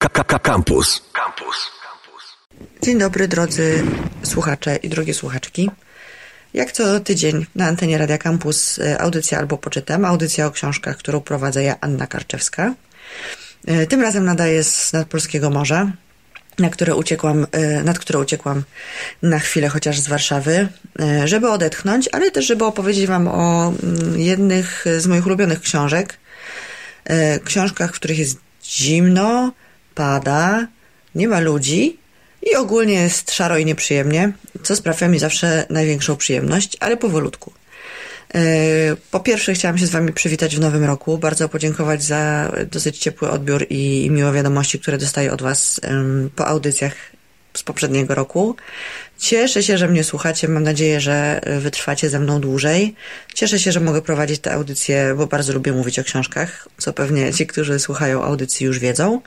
Campus. Dzień dobry, drodzy słuchacze i drogie słuchaczki. Jak co tydzień na antenie Radia Campus audycja Albo Poczytam, audycja o książkach, którą prowadzę ja, Anna Karczewska. Tym razem nadaję z nadpolskiego morza, nad które uciekłam na chwilę chociaż z Warszawy, żeby odetchnąć, ale też żeby opowiedzieć wam o jednych z moich ulubionych książek. Książkach, w których jest zimno, pada, nie ma ludzi i ogólnie jest szaro i nieprzyjemnie, co sprawia mi zawsze największą przyjemność, ale powolutku. Po pierwsze chciałam się z wami przywitać w nowym roku, bardzo podziękować za dosyć ciepły odbiór i miłe wiadomości, które dostaję od was po audycjach z poprzedniego roku. Cieszę się, że mnie słuchacie, mam nadzieję, że wytrwacie ze mną dłużej. Cieszę się, że mogę prowadzić te audycje, bo bardzo lubię mówić o książkach, co pewnie ci, którzy słuchają audycji, już wiedzą.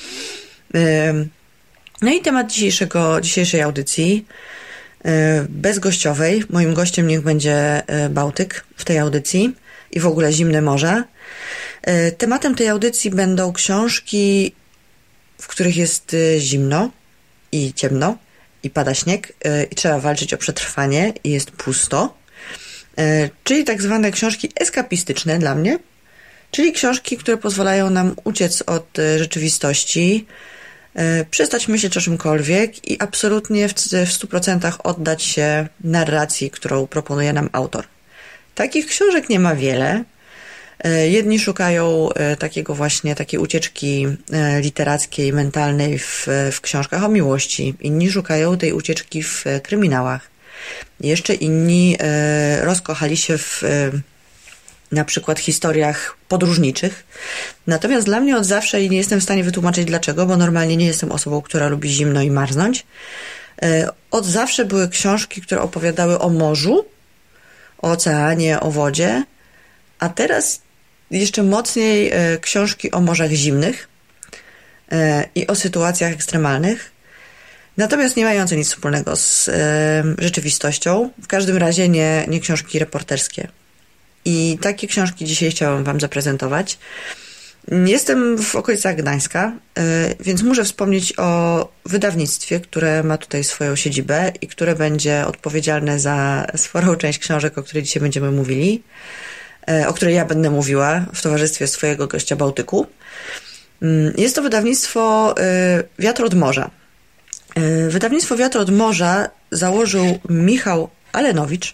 No i temat dzisiejszej audycji, bezgościowej. Moim gościem niech będzie Bałtyk w tej audycji i w ogóle zimne morze. Tematem tej audycji będą książki, w których jest zimno i ciemno i pada śnieg i trzeba walczyć o przetrwanie i jest pusto. Czyli tak zwane książki eskapistyczne dla mnie, czyli książki, które pozwalają nam uciec od rzeczywistości, przestać myśleć o czymkolwiek i absolutnie w 100% oddać się narracji, którą proponuje nam autor. Takich książek nie ma wiele. Jedni szukają takiej ucieczki literackiej, mentalnej w książkach o miłości. Inni szukają tej ucieczki w kryminałach. Jeszcze inni rozkochali się w na przykład historiach podróżniczych. Natomiast dla mnie od zawsze, i nie jestem w stanie wytłumaczyć dlaczego, bo normalnie nie jestem osobą, która lubi zimno i marznąć, od zawsze były książki, które opowiadały o morzu, o oceanie, o wodzie, a teraz jeszcze mocniej książki o morzach zimnych i o sytuacjach ekstremalnych, natomiast nie mające nic wspólnego z rzeczywistością, w każdym razie nie książki reporterskie. I takie książki dzisiaj chciałam wam zaprezentować. Jestem w okolicach Gdańska, więc muszę wspomnieć o wydawnictwie, które ma tutaj swoją siedzibę i które będzie odpowiedzialne za sporą część książek, o której dzisiaj będziemy mówili, o której ja będę mówiła w towarzystwie swojego gościa Bałtyku. Jest to wydawnictwo Wiatr od Morza. Wydawnictwo Wiatr od Morza założył Michał Alenowicz.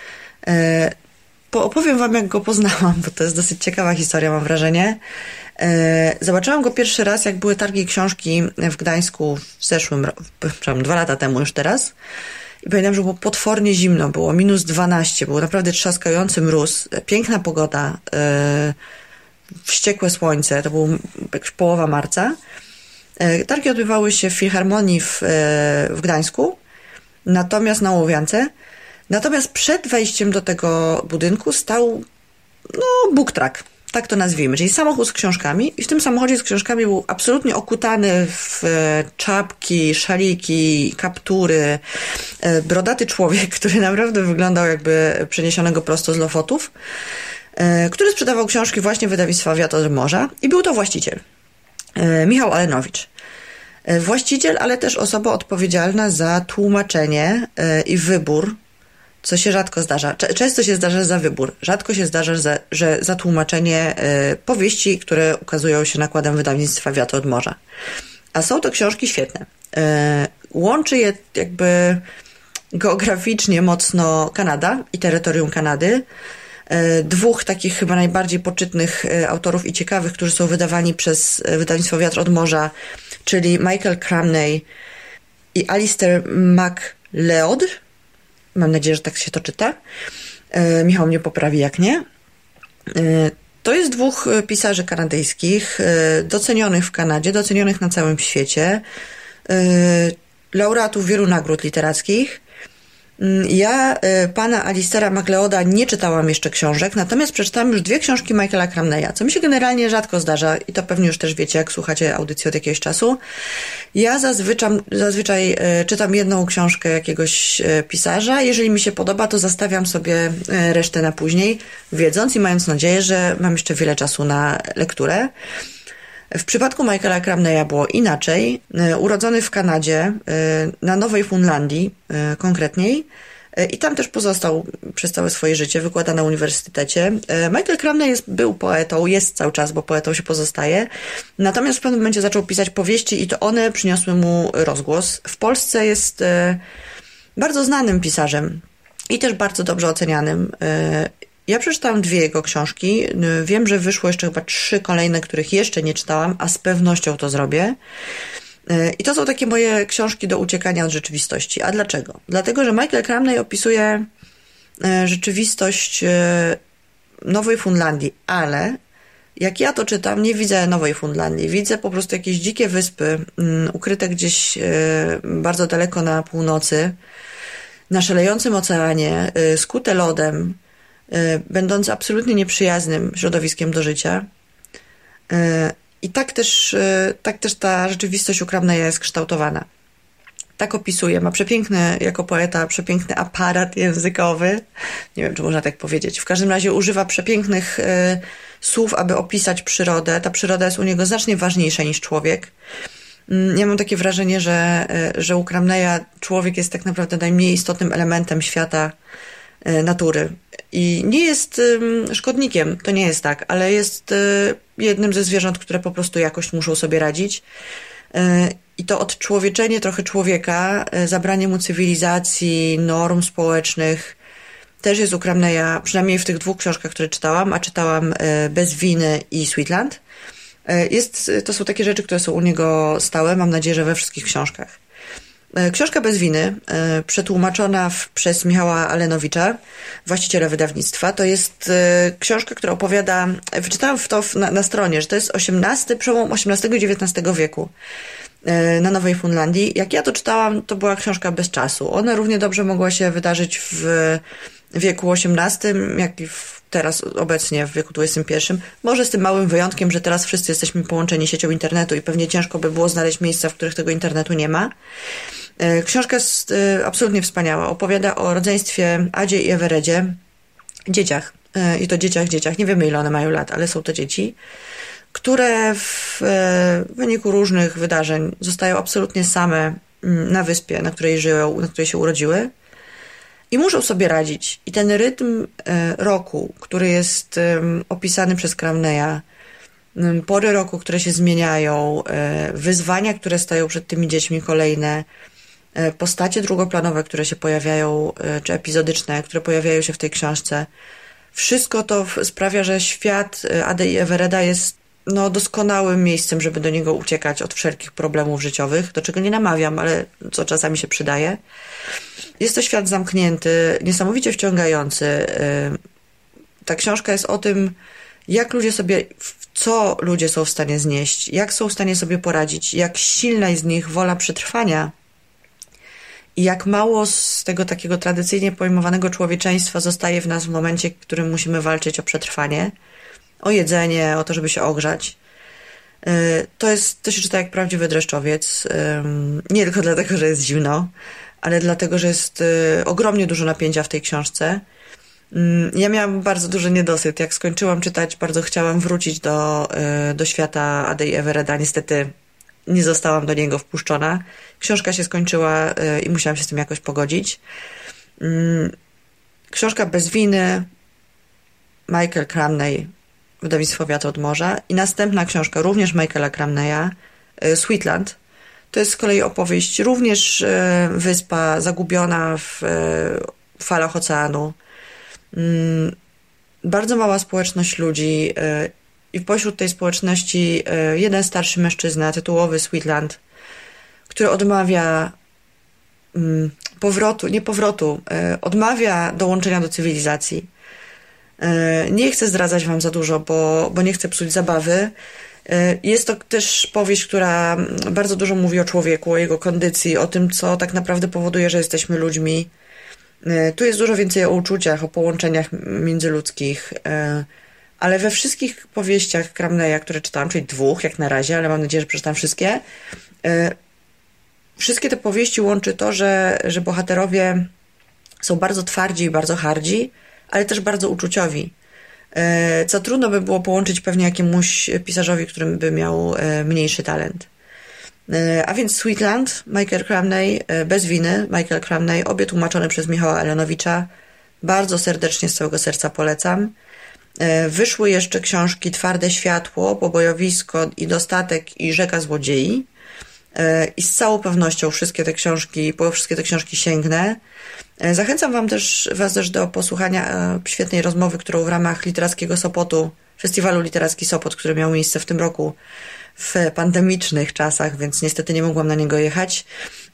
Opowiem wam, jak go poznałam, bo to jest dosyć ciekawa historia, mam wrażenie. Zobaczyłam go pierwszy raz, jak były targi książki w Gdańsku w zeszłym roku, 2 lata temu już teraz. I pamiętam, że było potwornie zimno, było -12, było naprawdę trzaskający mróz, piękna pogoda, wściekłe słońce, to był jakaś połowa marca. Targi odbywały się w Filharmonii w Gdańsku, natomiast na Łowiance. Natomiast przed wejściem do tego budynku stał book truck, tak to nazwijmy, czyli samochód z książkami i w tym samochodzie z książkami był absolutnie okutany w czapki, szaliki, kaptury, brodaty człowiek, który naprawdę wyglądał jakby przeniesionego prosto z Lofotów, który sprzedawał książki właśnie wydawnictwa Wiatr od Morza i był to właściciel, Michał Alenowicz. Właściciel, ale też osoba odpowiedzialna za tłumaczenie i wybór, co się rzadko zdarza. Często się zdarza za wybór. Rzadko się zdarza, że za tłumaczenie powieści, które ukazują się nakładem wydawnictwa Wiatr od Morza. A są to książki świetne. Łączy je jakby geograficznie mocno Kanada i terytorium Kanady. 2 takich chyba najbardziej poczytnych autorów i ciekawych, którzy są wydawani przez wydawnictwo Wiatr od Morza, czyli Michael Cramney i Alistair MacLeod. Mam nadzieję, że tak się to czyta. Michał mnie poprawi, jak nie. To jest 2 pisarzy kanadyjskich, docenionych w Kanadzie, docenionych na całym świecie, laureatów wielu nagród literackich. Ja pana Alistaira MacLeoda nie czytałam jeszcze książek, natomiast przeczytałam już 2 książki Michaela Cramneya, co mi się generalnie rzadko zdarza i to pewnie już też wiecie, jak słuchacie audycji od jakiegoś czasu. Ja zazwyczaj czytam jedną książkę jakiegoś pisarza. Jeżeli mi się podoba, to zostawiam sobie resztę na później, wiedząc i mając nadzieję, że mam jeszcze wiele czasu na lekturę. W przypadku Michaela Cramneya było inaczej. Urodzony w Kanadzie, na Nowej Fundlandii konkretniej, i tam też pozostał przez całe swoje życie, wykłada na uniwersytecie. Michael Cramney był poetą, jest cały czas, bo poetą się pozostaje. Natomiast w pewnym momencie zaczął pisać powieści i to one przyniosły mu rozgłos. W Polsce jest bardzo znanym pisarzem i też bardzo dobrze ocenianym. Ja przeczytałam 2 jego książki. Wiem, że wyszło jeszcze chyba 3 kolejne, których jeszcze nie czytałam, a z pewnością to zrobię. I to są takie moje książki do uciekania od rzeczywistości. A dlaczego? Dlatego, że Michael Cramney opisuje rzeczywistość Nowej Fundlandii, ale jak ja to czytam, nie widzę Nowej Fundlandii. Widzę po prostu jakieś dzikie wyspy, ukryte gdzieś bardzo daleko na północy, na szalejącym oceanie, skute lodem, będące absolutnie nieprzyjaznym środowiskiem do życia. I tak też ta rzeczywistość u Cramneya jest kształtowana. Tak opisuje. Ma przepiękny, jako poeta, przepiękny aparat językowy. Nie wiem, czy można tak powiedzieć. W każdym razie używa przepięknych słów, aby opisać przyrodę. Ta przyroda jest u niego znacznie ważniejsza niż człowiek. Ja mam takie wrażenie, że u Cramneya człowiek jest tak naprawdę najmniej istotnym elementem świata natury. I nie jest szkodnikiem, to nie jest tak, ale jest jednym ze zwierząt, które po prostu jakoś muszą sobie radzić. I to odczłowieczenie trochę człowieka, zabranie mu cywilizacji, norm społecznych, też jest u Cramneya, przynajmniej w tych 2 książkach, które czytałam, a czytałam Bez winy i Sweetland. To są takie rzeczy, które są u niego stałe, mam nadzieję, że we wszystkich książkach. Książka Bez winy, przetłumaczona przez Michała Alenowicza, właściciela wydawnictwa, to jest książka, która opowiada, wyczytałam to na stronie, że to jest przełom XVIII i XIX wieku na Nowej Fundlandii. Jak ja to czytałam, to była książka bez czasu. Ona równie dobrze mogła się wydarzyć w wieku XVIII, jak i teraz obecnie w wieku XXI. Może z tym małym wyjątkiem, że teraz wszyscy jesteśmy połączeni siecią internetu i pewnie ciężko by było znaleźć miejsca, w których tego internetu nie ma. Książka jest absolutnie wspaniała. Opowiada o rodzeństwie Adzie i Everedzie, dzieciach. I to dzieciach. Nie wiemy, ile one mają lat, ale są to dzieci, które w wyniku różnych wydarzeń zostają absolutnie same na wyspie, na której żyją, na której się urodziły. I muszą sobie radzić. I ten rytm roku, który jest opisany przez Cramneya, pory roku, które się zmieniają, wyzwania, które stają przed tymi dziećmi kolejne, postacie drugoplanowe, które się pojawiają, czy epizodyczne, które pojawiają się w tej książce. Wszystko to sprawia, że świat Ady i Evereda jest doskonałym miejscem, żeby do niego uciekać od wszelkich problemów życiowych, do czego nie namawiam, ale co czasami się przydaje. Jest to świat zamknięty, niesamowicie wciągający. Ta książka jest o tym, co ludzie są w stanie znieść, jak są w stanie sobie poradzić, jak silna jest z nich wola przetrwania i jak mało z tego takiego tradycyjnie pojmowanego człowieczeństwa zostaje w nas w momencie, w którym musimy walczyć o przetrwanie, o jedzenie, o to, żeby się ogrzać. To się czyta jak prawdziwy dreszczowiec. Nie tylko dlatego, że jest zimno, ale dlatego, że jest ogromnie dużo napięcia w tej książce. Ja miałam bardzo duży niedosyt. Jak skończyłam czytać, bardzo chciałam wrócić do świata Ady i Evereda. Niestety nie zostałam do niego wpuszczona. Książka się skończyła i musiałam się z tym jakoś pogodzić. Książka Bez winy, Michael Cramney, wydawnictwo Wiatr od Morza. I następna książka, również Michaela Cramneya, Sweetland. To jest z kolei opowieść, również wyspa zagubiona w falach oceanu. Bardzo mała społeczność ludzi i pośród tej społeczności jeden starszy mężczyzna, tytułowy Sweetland, który odmawia odmawia dołączenia do cywilizacji. Nie chcę zdradzać wam za dużo, bo nie chcę psuć zabawy. Jest to też powieść, która bardzo dużo mówi o człowieku, o jego kondycji, o tym, co tak naprawdę powoduje, że jesteśmy ludźmi. Tu jest dużo więcej o uczuciach, o połączeniach międzyludzkich, ale we wszystkich powieściach Cramneya, które czytałam, czyli 2 jak na razie, ale mam nadzieję, że przeczytam wszystkie, wszystkie te powieści łączy to, że bohaterowie są bardzo twardzi i bardzo hardzi, ale też bardzo uczuciowi. co trudno by było połączyć pewnie jakiemuś pisarzowi, którym by miał mniejszy talent. A więc Sweetland, Michael Crumney, Bez winy, Michael Crumney, obie tłumaczone przez Michała Elenowicza. Bardzo serdecznie, z całego serca polecam. Wyszły jeszcze książki Twarde światło, Pobojowisko i Dostatek i Rzeka złodziei. I z całą pewnością po wszystkie te książki sięgnę. Zachęcam Was też do posłuchania świetnej rozmowy, którą w ramach Literackiego Sopotu, Festiwalu Literacki Sopot, który miał miejsce w tym roku w pandemicznych czasach, więc niestety nie mogłam na niego jechać.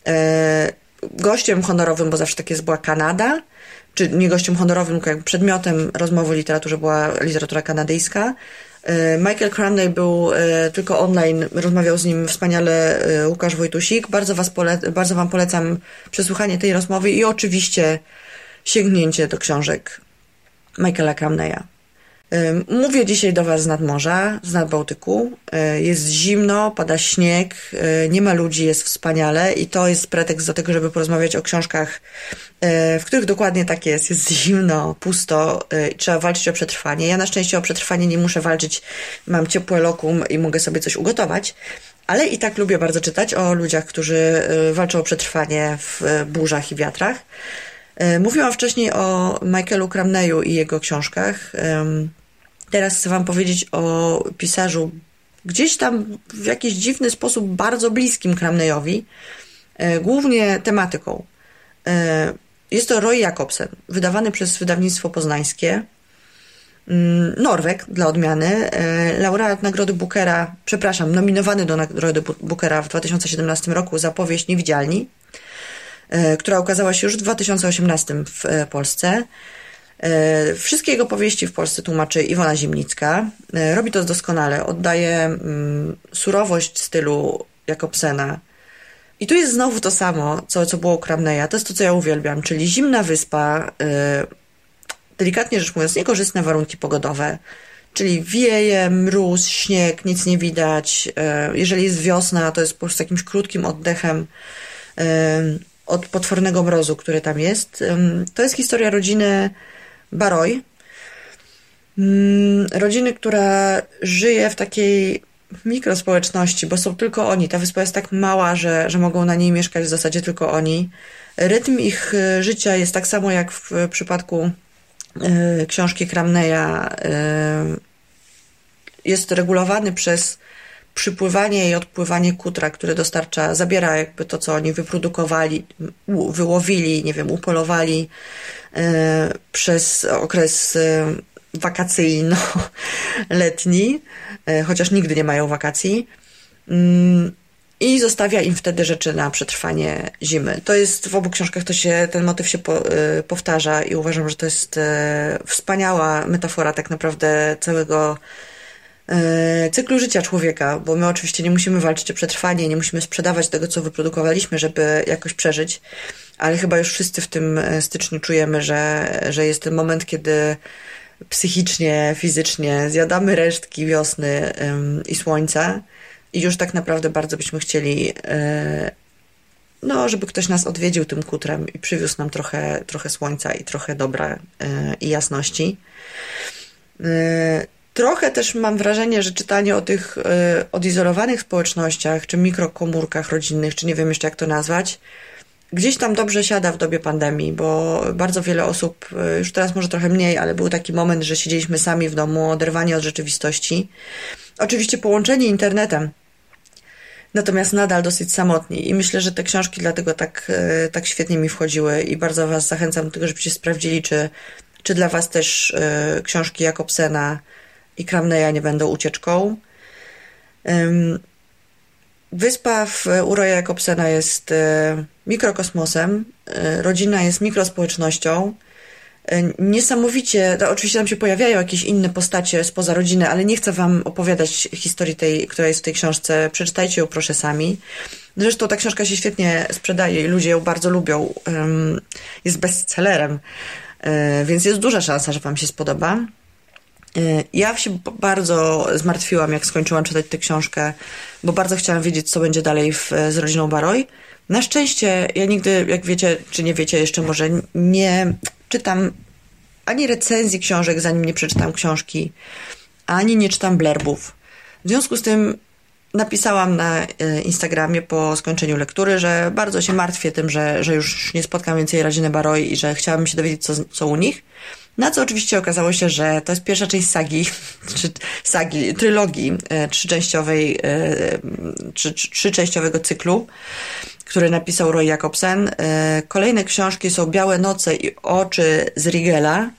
Gościem honorowym, bo zawsze tak jest, była Kanada, czy nie gościem honorowym, tylko jakby przedmiotem rozmowy literaturze była literatura kanadyjska. Michael Crumney był tylko online, rozmawiał z nim wspaniale Łukasz Wojtusik. Bardzo Wam polecam przesłuchanie tej rozmowy i oczywiście sięgnięcie do książek Michaela Crumneya. Mówię dzisiaj do Was z nadmorza, z nadbałtyku. Jest zimno, pada śnieg, nie ma ludzi, jest wspaniale i to jest pretekst do tego, żeby porozmawiać o książkach, w których dokładnie tak jest. Jest zimno, pusto i trzeba walczyć o przetrwanie. Ja na szczęście o przetrwanie nie muszę walczyć, mam ciepłe lokum i mogę sobie coś ugotować, ale i tak lubię bardzo czytać o ludziach, którzy walczą o przetrwanie w burzach i wiatrach. Mówiłam wcześniej o Michaelu Crumneyu i jego książkach. Teraz chcę Wam powiedzieć o pisarzu gdzieś tam w jakiś dziwny sposób bardzo bliskim Crumneyowi, głównie tematyką. Jest to Roy Jakobsen, wydawany przez wydawnictwo poznańskie. Norweg dla odmiany, laureat Nagrody Bookera, nominowany do Nagrody Bookera w 2017 roku za powieść Niewidzialni, która ukazała się już w 2018 w Polsce. Wszystkie jego powieści w Polsce tłumaczy Iwona Zimnicka. Robi to doskonale, oddaje surowość stylu Jakobsena. I tu jest znowu to samo, co było u Crumneya. To jest to, co ja uwielbiam, czyli zimna wyspa, delikatnie rzecz mówiąc, niekorzystne warunki pogodowe, czyli wieje, mróz, śnieg, nic nie widać. Jeżeli jest wiosna, to jest po prostu jakimś krótkim oddechem od potwornego mrozu, który tam jest. To jest historia rodziny Baroi. Rodziny, która żyje w takiej mikrospołeczności, bo są tylko oni. Ta wyspa jest tak mała, że mogą na niej mieszkać w zasadzie tylko oni. Rytm ich życia jest tak samo jak w przypadku książki Crumneya. Jest regulowany przez przypływanie i odpływanie kutra, które zabiera jakby to, co oni wyprodukowali, wyłowili, nie wiem, upolowali przez okres wakacyjno-letni, chociaż nigdy nie mają wakacji, i zostawia im wtedy rzeczy na przetrwanie zimy. To jest w obu książkach, ten motyw się powtarza i uważam, że to jest wspaniała metafora tak naprawdę całego cyklu życia człowieka, bo my oczywiście nie musimy walczyć o przetrwanie, nie musimy sprzedawać tego, co wyprodukowaliśmy, żeby jakoś przeżyć, ale chyba już wszyscy w tym styczniu czujemy, że jest ten moment, kiedy psychicznie, fizycznie zjadamy resztki wiosny i słońca i już tak naprawdę bardzo byśmy chcieli, żeby ktoś nas odwiedził tym kutrem i przywiózł nam trochę słońca i trochę dobra i jasności. Trochę też mam wrażenie, że czytanie o tych odizolowanych społecznościach, czy mikrokomórkach rodzinnych, czy nie wiem jeszcze jak to nazwać, gdzieś tam dobrze siada w dobie pandemii, bo bardzo wiele osób, już teraz może trochę mniej, ale był taki moment, że siedzieliśmy sami w domu, oderwani od rzeczywistości. Oczywiście połączeni internetem, natomiast nadal dosyć samotni i myślę, że te książki dlatego tak świetnie mi wchodziły i bardzo Was zachęcam do tego, żebyście sprawdzili, czy dla Was też książki Jakobsena i Crumneya nie będą ucieczką. Wyspa u Roya Jakobsena jest mikrokosmosem, rodzina jest mikrospołecznością. Niesamowicie, oczywiście tam się pojawiają jakieś inne postacie spoza rodziny, ale nie chcę Wam opowiadać historii tej, która jest w tej książce. Przeczytajcie ją proszę sami. Zresztą ta książka się świetnie sprzedaje i ludzie ją bardzo lubią. Jest bestsellerem, więc jest duża szansa, że Wam się spodoba. Ja się bardzo zmartwiłam, jak skończyłam czytać tę książkę, bo bardzo chciałam wiedzieć, co będzie dalej z rodziną Baroi. Na szczęście ja nigdy, jak wiecie, czy nie wiecie jeszcze może, nie czytam ani recenzji książek, zanim nie przeczytam książki, ani nie czytam blurbów. W związku z tym napisałam na Instagramie po skończeniu lektury, że bardzo się martwię tym, że już nie spotkam więcej Reginy Baroi i że chciałabym się dowiedzieć, co u nich. Na co oczywiście okazało się, że to jest pierwsza część trylogii trzyczęściowego cyklu, który napisał Roy Jacobsen. Kolejne książki są Białe noce i Oczy z Rigela.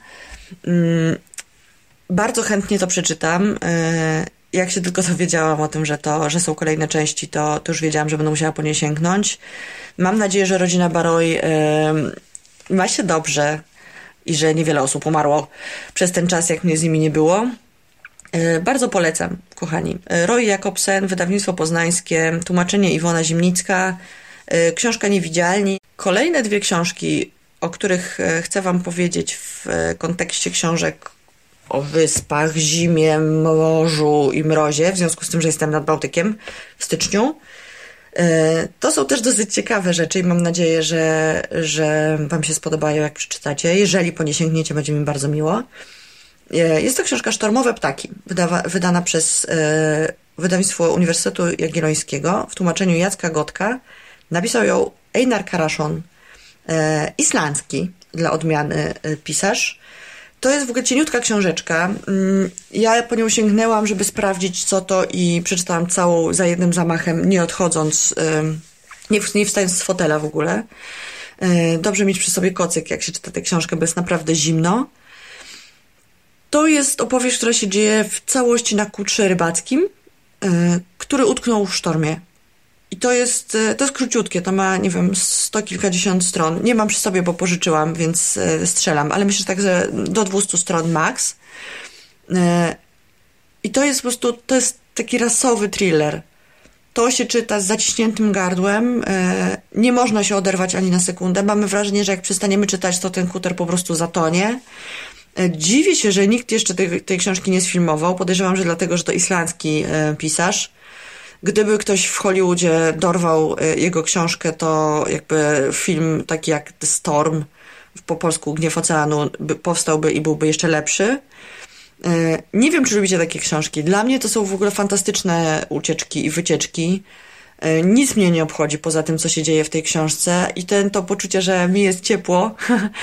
Bardzo chętnie to przeczytam. Jak się tylko dowiedziałam o tym, że są kolejne części, to już wiedziałam, że będę musiała po nie sięgnąć. Mam nadzieję, że rodzina Baroi ma się dobrze i że niewiele osób umarło przez ten czas, jak mnie z nimi nie było. Bardzo polecam, kochani. Roy Jacobsen, wydawnictwo poznańskie, tłumaczenie Iwona Zimnicka, książka Niewidzialni. Kolejne 2 książki, o których chcę wam powiedzieć w kontekście książek o wyspach, zimie, morzu i mrozie, w związku z tym, że jestem nad Bałtykiem w styczniu. To są też dosyć ciekawe rzeczy i mam nadzieję, że wam się spodobają, jak przeczytacie. Jeżeli po nie sięgniecie, będzie mi bardzo miło. Jest to książka Sztormowe ptaki, wydana przez wydawnictwo Uniwersytetu Jagiellońskiego w tłumaczeniu Jacka Gotka. Napisał ją Einar Karaszon, islandzki dla odmiany pisarz. To jest w ogóle cieniutka książeczka. Ja po nią sięgnęłam, żeby sprawdzić, co to, i przeczytałam całą za jednym zamachem, nie odchodząc, nie wstając z fotela w ogóle. Dobrze mieć przy sobie kocyk, jak się czyta tę książkę, bo jest naprawdę zimno. To jest opowieść, która się dzieje w całości na kutrze rybackim, który utknął w sztormie. I to jest króciutkie, to ma, nie wiem, 100 kilkadziesiąt stron. Nie mam przy sobie, bo pożyczyłam, więc strzelam, ale myślę, że tak, że do 200 stron max. I to jest po prostu, to jest taki rasowy thriller. To się czyta z zaciśniętym gardłem, nie można się oderwać ani na sekundę. Mamy wrażenie, że jak przestaniemy czytać, to ten kuter po prostu zatonie. Dziwię się, że nikt jeszcze tej książki nie sfilmował. Podejrzewam, że dlatego, że to islandzki pisarz. Gdyby ktoś w Hollywoodzie dorwał jego książkę, to jakby film taki jak The Storm, po polsku Gniew Oceanu, powstałby i byłby jeszcze lepszy. Nie wiem, czy lubicie takie książki. Dla mnie to są w ogóle fantastyczne ucieczki i wycieczki. Nic mnie nie obchodzi poza tym, co się dzieje w tej książce, i to poczucie, że mi jest ciepło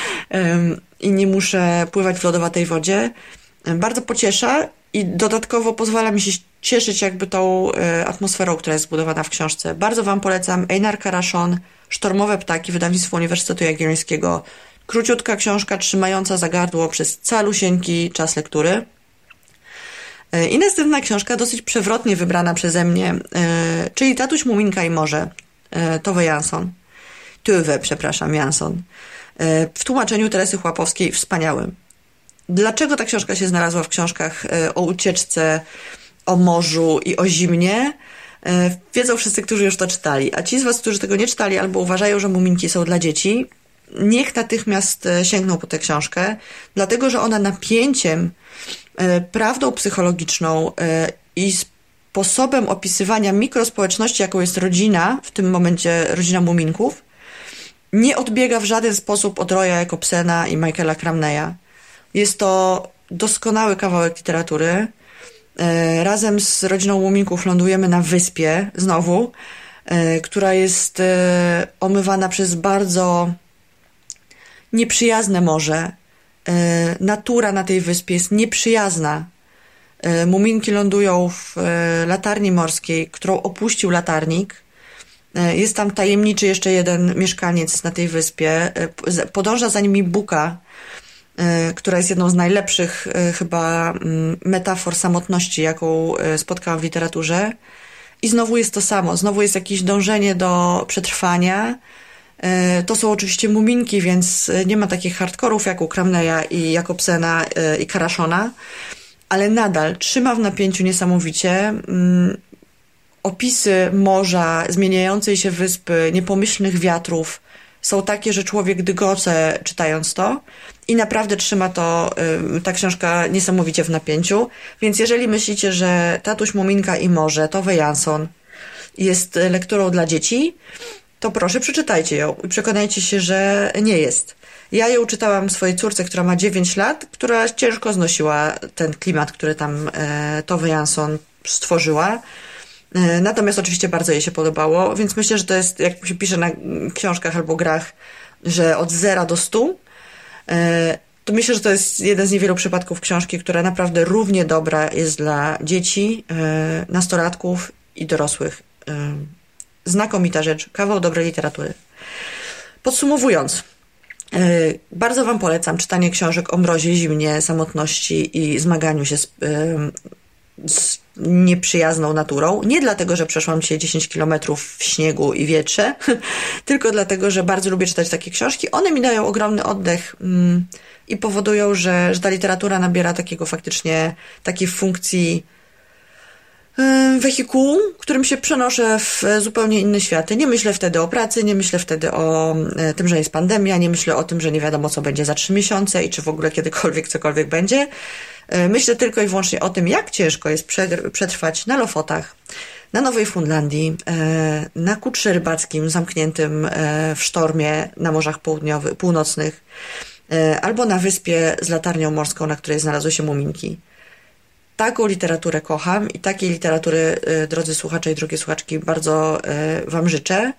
i nie muszę pływać w lodowatej wodzie, bardzo pociesza i dodatkowo pozwala mi się cieszyć jakby tą atmosferą, która jest zbudowana w książce. Bardzo wam polecam Einar Karaszon, Sztormowe ptaki, wydawnictwo Uniwersytetu Jagiellońskiego. Króciutka książka, trzymająca za gardło przez calusieńki czas lektury. I następna książka, dosyć przewrotnie wybrana przeze mnie, czyli Tatuś, Muminka i Morze, Tove Jansson. Jansson. W tłumaczeniu Teresy Chłapowskiej, wspaniałym. Dlaczego ta książka się znalazła w książkach o ucieczce, o morzu i o zimnie? Wiedzą wszyscy, którzy już to czytali. A ci z was, którzy tego nie czytali albo uważają, że muminki są dla dzieci, niech natychmiast sięgną po tę książkę, dlatego że ona napięciem, prawdą psychologiczną i sposobem opisywania mikrospołeczności, jaką jest rodzina, w tym momencie rodzina muminków, nie odbiega w żaden sposób od Roya Jacobsena i Michaela Cramneya. Jest to doskonały kawałek literatury. Razem z rodziną muminków lądujemy na wyspie, znowu, która jest omywana przez bardzo nieprzyjazne morze. Natura na tej wyspie jest nieprzyjazna. Muminki lądują w latarni morskiej, którą opuścił latarnik. Jest tam tajemniczy jeszcze jeden mieszkaniec na tej wyspie. Podąża za nimi Buka, która jest jedną z najlepszych chyba metafor samotności, jaką spotkałam w literaturze. I znowu jest to samo. Znowu jest jakieś dążenie do przetrwania. To są oczywiście muminki, więc nie ma takich hardkorów jak u Cramneya i Jacobsena i Karaszona, ale nadal trzyma w napięciu niesamowicie. Opisy morza, zmieniającej się wyspy, niepomyślnych wiatrów są takie, że człowiek dygoce czytając to, i naprawdę trzyma to ta książka niesamowicie w napięciu. Więc jeżeli myślicie, że Tatuś, Muminka i Morze, Tove Jansson jest lekturą dla dzieci, to proszę, przeczytajcie ją i przekonajcie się, że nie jest. Ja ją czytałam swojej córce, która ma 9 lat, która ciężko znosiła ten klimat, który tam Tove Jansson stworzyła. Natomiast oczywiście bardzo jej się podobało, więc myślę, że to jest, jak się pisze na książkach albo grach, że od 0 do 100, to myślę, że to jest jeden z niewielu przypadków książki, która naprawdę równie dobra jest dla dzieci, nastolatków i dorosłych. Znakomita rzecz, kawał dobrej literatury. Podsumowując, bardzo Wam polecam czytanie książek o mrozie, zimnie, samotności i zmaganiu się z nieprzyjazną naturą. Nie dlatego, że przeszłam dzisiaj 10 kilometrów w śniegu i wietrze, tylko dlatego, że bardzo lubię czytać takie książki. One mi dają ogromny oddech i powodują, że ta literatura nabiera takiej funkcji wehikułu, którym się przenoszę w zupełnie inne światy. Nie myślę wtedy o pracy, nie myślę wtedy o tym, że jest pandemia, nie myślę o tym, że nie wiadomo, co będzie za 3 miesiące i czy w ogóle kiedykolwiek cokolwiek będzie. Myślę tylko i wyłącznie o tym, jak ciężko jest przetrwać na Lofotach, na Nowej Fundlandii, na kutrze rybackim zamkniętym w sztormie na morzach północnych, albo na wyspie z latarnią morską, na której znalazły się muminki. Taką literaturę kocham i takiej literatury, drodzy słuchacze i drogie słuchaczki, bardzo Wam życzę.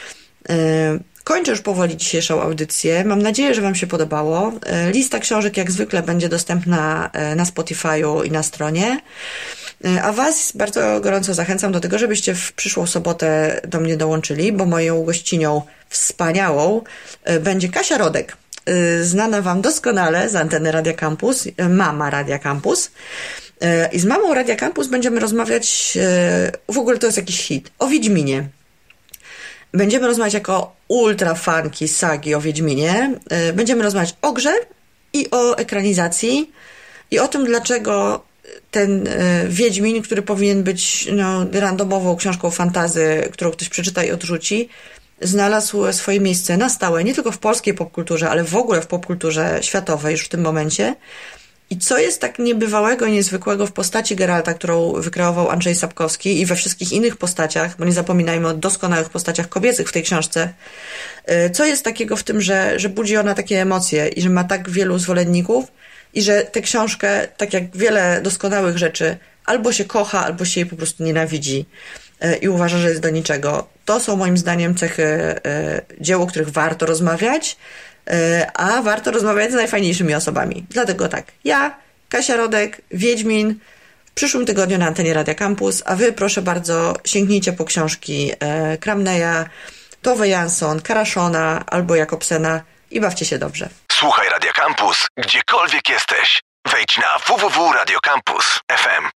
Kończę już powoli dzisiejszą audycję. Mam nadzieję, że Wam się podobało. Lista książek jak zwykle będzie dostępna na Spotify'u i na stronie. A Was bardzo gorąco zachęcam do tego, żebyście w przyszłą sobotę do mnie dołączyli, bo moją gościnią wspaniałą będzie Kasia Rodek, znana Wam doskonale z anteny Radia Campus, mama Radia Campus. I z mamą Radia Campus będziemy rozmawiać, w ogóle to jest jakiś hit, o Wiedźminie. Będziemy rozmawiać jako ultra fanki sagi o Wiedźminie. Będziemy rozmawiać o grze i o ekranizacji i o tym, dlaczego ten Wiedźmin, który powinien być randomową książką fantasy, którą ktoś przeczyta i odrzuci, znalazł swoje miejsce na stałe, nie tylko w polskiej popkulturze, ale w ogóle w popkulturze światowej już w tym momencie. I co jest tak niebywałego i niezwykłego w postaci Geralta, którą wykreował Andrzej Sapkowski i we wszystkich innych postaciach, bo nie zapominajmy o doskonałych postaciach kobiecych w tej książce, co jest takiego w tym, że budzi ona takie emocje i że ma tak wielu zwolenników i że tę książkę, tak jak wiele doskonałych rzeczy, albo się kocha, albo się jej po prostu nienawidzi i uważa, że jest do niczego. To są moim zdaniem cechy dzieł, o których warto rozmawiać, a warto rozmawiać z najfajniejszymi osobami. Dlatego tak, ja, Kasia Rodek, Wiedźmin, w przyszłym tygodniu na antenie Radia Campus, a Wy proszę bardzo sięgnijcie po książki Kramneya, Tove Jansson, Karaszona albo Jakobsena i bawcie się dobrze. Słuchaj Radia Campus, gdziekolwiek jesteś. Wejdź na www.radiocampus.fm.